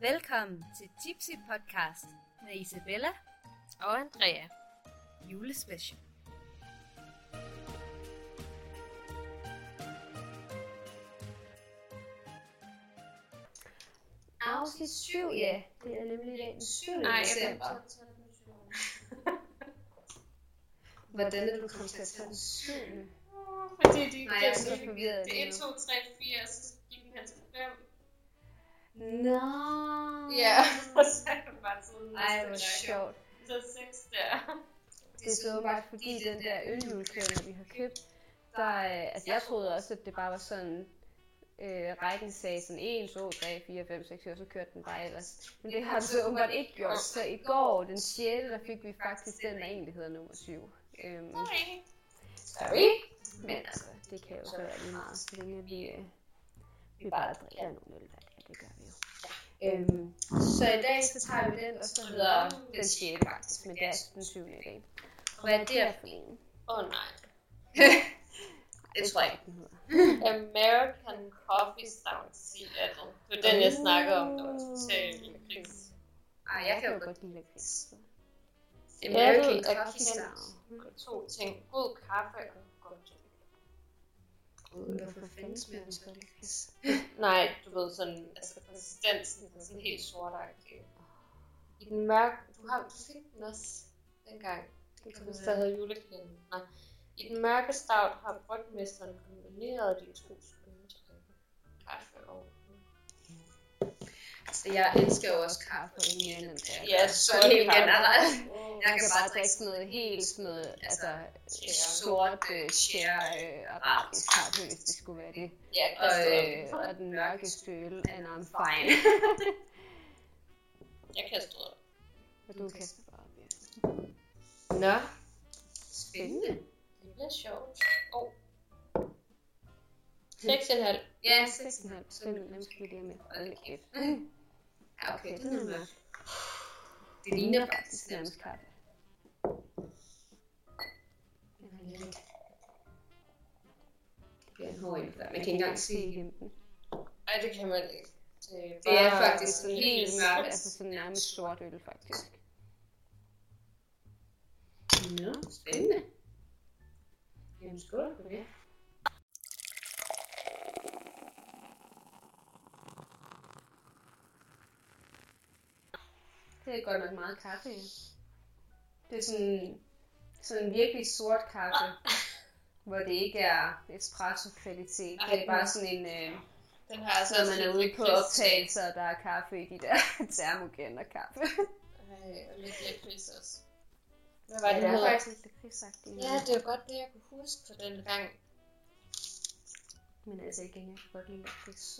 Velkommen til Tipsy Podcast med Isabella og Andrea. Julespecial. Afsnit 7, ja. Det er nemlig den 7. december. Hvordan er du kommet til at tage den 7? Fordi det Nej, jeg er så forvirret. Det er 1, 2, 3, 4, så gik den hen til 5. Nå. Ja, og så er det bare sådan Ej, hvor sjovt. Så 6 der. Det er så bare fordi den der øljulekalender, vi har købt, der, altså jeg troede også, at det bare var sådan, rækken sagde sådan 1, 2, 3, 4, 5, 6, og så kørte den bare ellers. Men det har den så åbenbart ikke gjort, så i går, den 6. der fik vi faktisk den, der egentlig hedder nummer 7. Sorry. Men altså, det kan jo så være lige meget, så længe vi bare drikker nogle øl. Det gør vi jo. Så i dag så tager vi den, og så hedder den 6. faktisk, men det er den 7. i dag. Hvad er det der for en? Nej. Det tror jeg ikke, den hedder. American Coffee Stout Seattle. Det var den, jeg snakkede om, der var totalt lakrids. Ej, jeg kan jo godt lide lakrids. American Coffee Stout. 2 ting. God kaffe og godt. Hvorfor fanden smager den så lakrids? Nej, du ved sådan, altså konsistensen er sådan helt sortagtig. I den mørke, du fik den også dengang. Det kan der hedder julekalender. Nej. I den mørke stout har brygmesteren kombineret de 2 skønne kaffe og Så jeg elsker jo også kaffe og mere end det. Ja, så helt generelt. Jeg kan bare drikke sådan noget helt sådan noget, altså sort share arabisk kaffe, hvis det skulle være det. Ja, og den mørke støl, and I'm fine. Jeg kaster op. Og du kaster bare op, ja. Nå, Spændende. det bliver sjovt. 6,5. Ja, 6,5. Spændende, dem skal vi lige med. Hold kæft. Ja, okay, den er mørk. Det ligner faktisk nærmest kaffe. Det bliver en hård indfør. Man kan ikke engang se igennem den. Ej, det kan man ikke. Det er faktisk sådan helt mørkt, altså sådan nærmest sort øl faktisk. Nå, spændende. Jamen skål på det. Det er godt nok meget kaffe. Det er sådan virkelig sort kaffe, hvor det ikke er espresso-kvalitet. Det er bare sådan en, den har altså så man er ude på optagelser, og der er kaffe i de der termogener kaffe. Og lidt lakrids også. Hvad var det, det hedder? er faktisk lidt lakridsagtigt. Ja, det var godt det, jeg kunne huske for den gang. Men altså igen, jeg kan godt lide lakrids.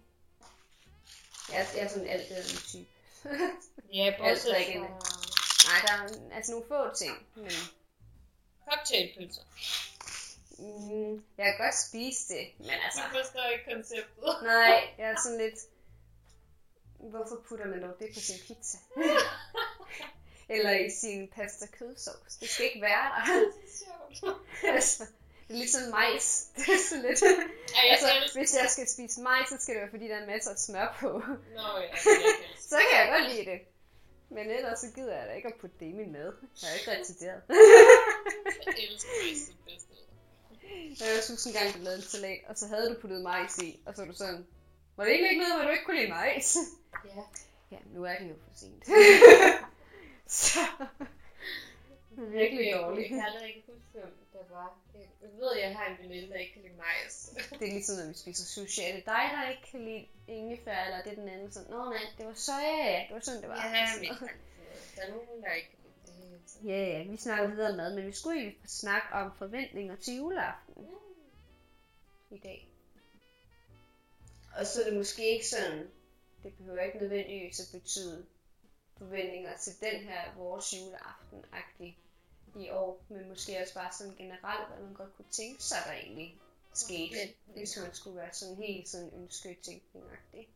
Jeg er sådan alt det en type. Ja, altså ikke. Nej, der er altså nogle få ting, men cocktailpølser. Jeg kan godt spise det, men altså. Du forstår ikke konceptet. Nej, jeg er sådan lidt. Hvorfor putter man dog det på sin pizza? Eller i sin pasta kødsovs. Det skal ikke være der. Det er sjovt. Altså, det er ligesom majs. Det er sådan lidt. Altså, hvis jeg skal spise majs, så skal det være fordi der er masser af smør på. Nå ja, så kan jeg godt lide det. Men ellers så gider jeg da ikke at putte det i min mad. Jeg er ikke retideret. Jeg elsker majs det bedste. Jeg synes en gang, du lavede en salat, og så havde du puttet majs i, og så var du sådan, var det ikke noget, hvor du ikke kunne lide majs? Ja. Ja, nu er det jo for sent. Så virkelig dårligt. Jeg kan aldrig ikke huske, hvem der var. Jeg ved, at jeg har en veninde, der ikke kan lide majs. Det er ligesom, når vi spiser sushi. Er det dig, der ikke kan lide ingefær, eller er det den anden? Sådan, nej, det var soja, det var sådan, det var. Ja, men der er nogen, der ikke kan lide det. Ja, vi snakker videre mad, men vi skulle jo snakke om forventninger til juleaften i dag. Og så er det måske ikke sådan, det behøver ikke nødvendigvis at betyde forventninger til den her vores juleaften-agtig i år, men måske også bare sådan generelt, hvad man godt kunne tænke sig, der egentlig skete, hvis man skulle være sådan helt sådan ønsketænkning-agtig.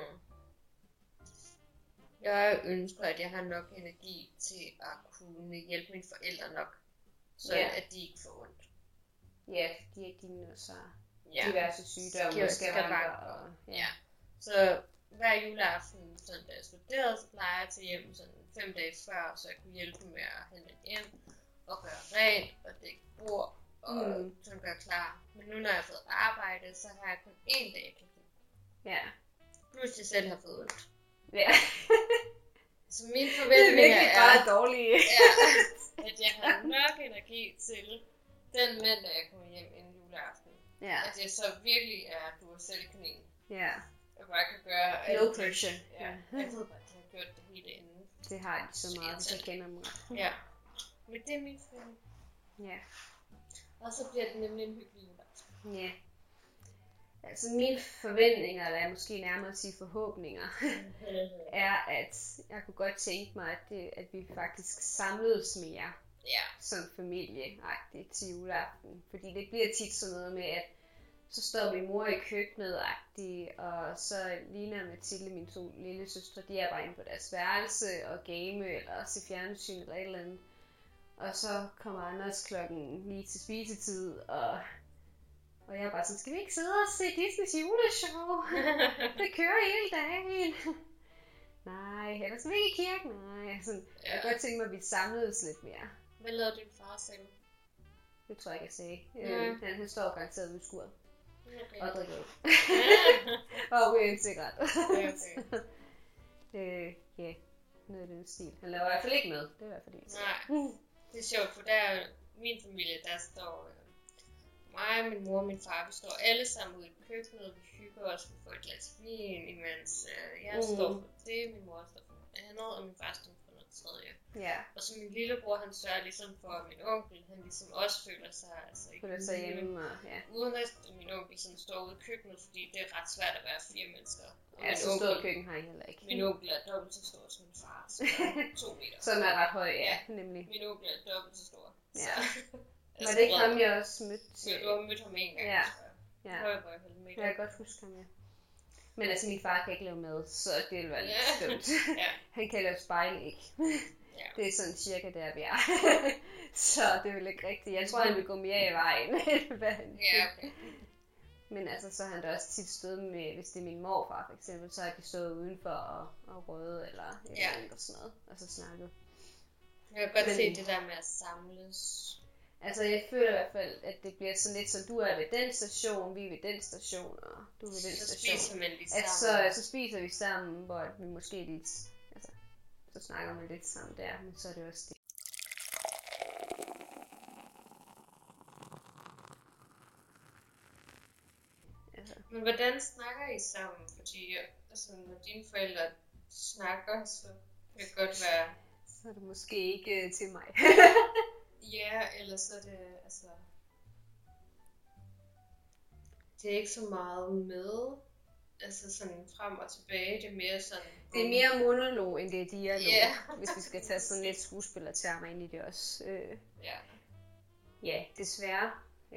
Jeg ønsker, at jeg har nok energi til at kunne hjælpe mine forældre nok, så at de ikke får ondt. Ja, de er ikke dine så diverse sygdomme og skavanker. Så hver juleaften, sådan, da jeg studerede, så plejer jeg til hjem sådan 5 dage før, så jeg kunne hjælpe med at hente hjem og gøre rent og dække bord og sådan gøre klar. Men nu når jeg har fået arbejde, så har jeg kun 1 dag kan give. Ja. Plus jeg selv har fået ondt. Ja. Så mine Det er forventninger virkelig bare dårlige. at jeg har nok energi til den mandag, jeg kommer hjem inden juleaften. Ja. At jeg så virkelig er Duracell-kanin. Ja. Jeg bare kan gøre No pressure. Ja. Jeg ved bare, at jeg har gjort det hele inden. Det har jeg så meget, hvis jeg kender mig. Ja. Men det er min forventning. Ja. Og så bliver det nemlig en hyggelig juleaften. Ja. Altså mine forventninger, eller måske nærmere at sige forhåbninger, er, at jeg kunne godt tænke mig, at vi faktisk samledes mere som familie-agtigt til juleaften. Fordi det bliver tit sådan noget med, at så står min mor i køkkenet-agtigt, og så Lina og Mathilde, mine 2 lille søstre, de er bare inde på deres værelse og game, eller se fjernsyn eller et eller andet. Og så kommer Anders klokken 9 til spisetid, og jeg er bare sådan, skal vi ikke sidde og se Disneys juleshow? Det kører hele dagen. Nej, eller skal vi ikke i kirken? Nej, sådan, jeg kan godt tænke mig, at vi samledes lidt mere. Hvad lavede din far selv? Det tror jeg ikke, jeg sagde. Han står garanteret ved skuret. Okay. Og drikker øl. Og ryger en cigaret. Ja, noget af den stil. Han laver i hvert fald ikke noget. Det er i hvert fald ikke. Nej, det er sjovt, for der er min familie, der står mig, min mor og min far, vi står alle sammen ude i køkkenet, vi hygger os, vi får et glas vin, imens jeg står for det, min mor står for noget andet, og min far står for noget tredje. Ja. Og så min lillebror, han sørger ligesom for, at min onkel, han ligesom også føler sig, altså ikke føler sig hjemme, og ja. Uden at min onkel sådan står ude i køkkenet, fordi det er ret svært at være 4 mennesker. Og Ja, så stor køkken har jeg heller ikke. Min onkel er dobbelt så stor som min far, så 2 meter. Som er ret høj, ja, nemlig. Min onkel er dobbelt så stor. Ja. Så, var det ikke ham, jeg også mødte til? Ja, du har mødt ham en gang, ja. tror jeg. Ja. Højbøj, jeg kan godt huske ham, ja. Men altså, min far kan ikke lave mad, så det vil være lidt dumt. Ja. Han kan lave spejlæg. Ja. Det er sådan cirka der, vi er. Så det er vel ikke rigtigt. Jeg tror, han vil gå mere i vejen, end hvad han Ja, okay. Men altså, så har han da også tit stået med, hvis det er min morfar for eksempel, så har de stået udenfor og røde eller et eller andet og sådan noget, og så snakket. Jeg kan godt se det der med at samles. Altså, jeg føler i hvert fald, at det bliver sådan lidt, så du er ved den station, vi er ved den station, og du er ved den station. Så spiser man lige sammen. Så spiser vi sammen, hvor vi måske lidt, altså, så snakker man lidt sammen der, men så er det også det. Men hvordan snakker I sammen? Fordi altså, når dine forældre snakker, så kan det godt være... Så er det måske ikke til mig. Ja, eller så er det, altså... Det er ikke så meget med, altså sådan frem og tilbage, det er mere sådan... Det er mere monolog, end det er dialog, hvis vi skal tage sådan lidt skuespillertermer ind i det også. Ja, desværre.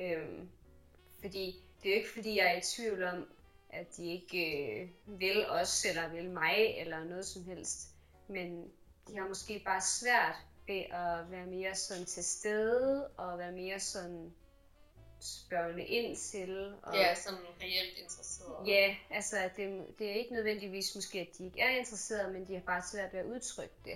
Fordi det er jo ikke fordi, jeg er i tvivl om, at de ikke vil os, eller vil mig, eller noget som helst. Men de har måske bare svært ved at være mere sådan til stede, og være mere sådan spørgende ind til. Og ja, sådan reelt interesseret. Ja, altså det er ikke nødvendigvis måske, at de ikke er interesserede, men de har bare svært ved at udtrykke det.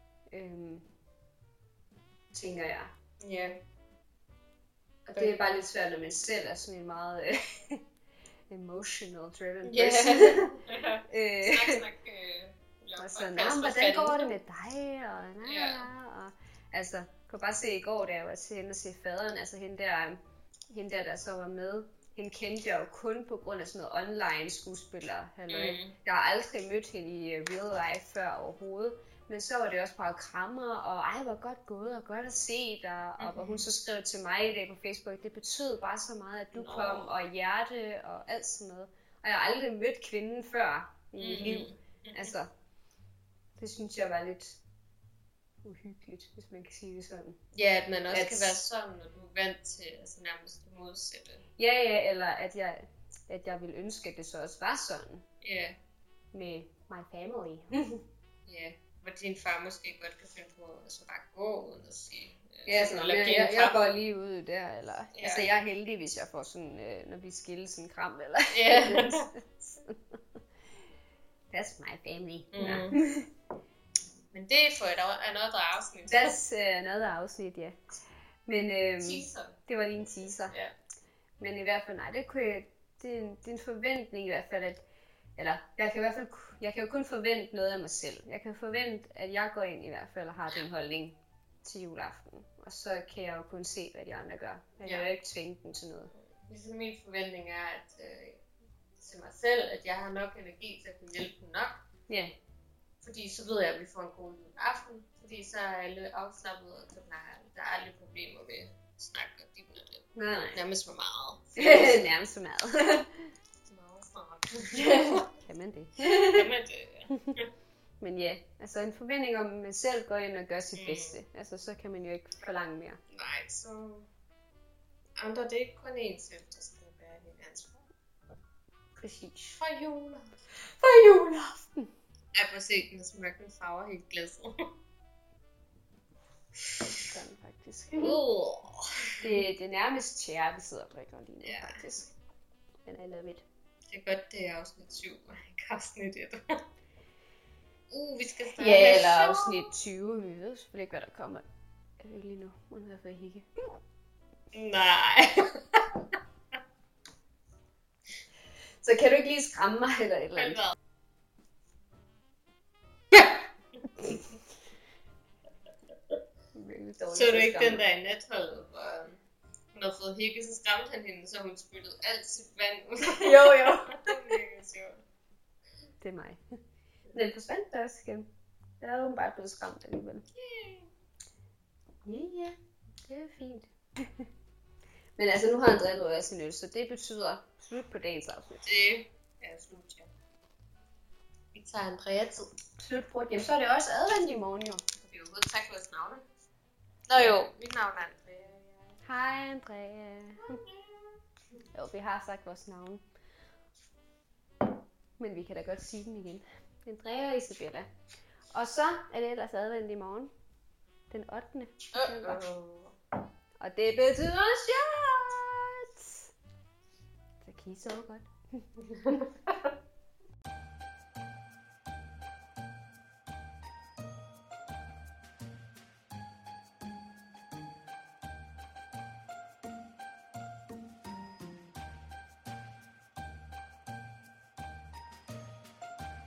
Tænker jeg. Ja. Og det er bare lidt svært, når man selv er sådan en meget emotional driven Ja. person. Snak. Og sådan, hvordan går det med dig? Og altså, kunne bare se i går, da jeg var til hende og se faderen, altså hende der så var med, hende kendte jeg jo kun på grund af sådan noget online skuespiller. Jeg har aldrig mødt hende i real life før overhovedet. Men så var det også bare krammer, og ej, hvor godt gået, og godt at se dig. Og hvor hun så skrev til mig i dag på Facebook, det betød bare så meget, at du kom, og hjerte, og alt sådan noget. Og jeg har aldrig mødt kvinden før i mit liv. Altså, det synes jeg var lidt uhyggeligt, hvis man kan sige det sådan. Ja, at man også kan være sådan, når du er vant til altså nærmest det modsatte. Ja, eller at jeg ville ønske, at det så også var sådan. Ja. Med my family. Ja. Hvor din far måske godt kan finde på at så bare gå uden at sige... Ja, sådan, jeg går lige ud der, eller... Ja. Altså, jeg er heldig, hvis jeg får sådan, når vi skilles, sådan en kram, eller... Ja. That's my family. Men det er for et another afsnit. That's another afsnit, ja. Men Teaser. det var lige en teaser. Ja. Men i hvert fald, nej, det er en forventning i hvert fald, at, eller jeg kan jo kun forvente noget af mig selv. Jeg kan forvente, at jeg går ind i hvert fald og har den holdning til juleaften. Og så kan jeg jo kun se, hvad de andre gør. Jeg kan jo ikke tvinge dem til noget. Ligesom min forventning er, at til mig selv, at jeg har nok energi til at kunne hjælpe dem nok. Ja. Fordi så ved jeg, at vi får en god juleaften. Fordi så er alle afslappet, og der er aldrig problemer med at snakke og dit og det. Nej. Nærmest for meget. Nærmest så meget. Meget snart. Kan man det? Kan man det? Ja. Men ja, altså en forventning om, at man selv går ind og gør sit bedste. Altså så kan man jo ikke forlange mere. Nej, så andre, det er ikke kun én selv, der skal være din ansvar. Præcis. For juleaften. For juleaften! Jeg kan se, den er smørk med farver helt glasset. Sådan faktisk. Det er nærmest tjære, vi sidder og drikker lige nu, faktisk. Men I love it. Det er godt, det er afsnit 7, og ikke afsnit 1. Vi skal starte Ja, eller afsnit 20. Vi ved selvfølgelig ikke, hvad der kommer lige nu. Må i hvert fald hikke. Nej. Så kan du ikke lige skræmme mig eller et eller andet? Så du ikke den der i netholdet, hvor hun havde fået hikke, så skræmte han hende, så hun spyttede alt sit vand ud. Jo. Det er mega sjovt. Det er mig. Den forsvandt der også igen. Jeg er åbenbart blevet skræmt alligevel. Ja, det er fint. Men altså, nu har Andrea drukket af sin øl, så det betyder slut på dagens afsnit. Det er slut, ja. Vi tager Andrea-tid. Slut på det. Jamen, så er det også advent i morgen, jo. Vi har jo sagt vores navne. Nå jo, mit navn er Andrea. Hej, Andrea. Jo, vi har sagt vores navne. Men vi kan da godt sige dem igen. Andrea og Isabella. Og så er det ellers advent i morgen. Den 8. december. Og det betyder shots! Så kan I sove godt.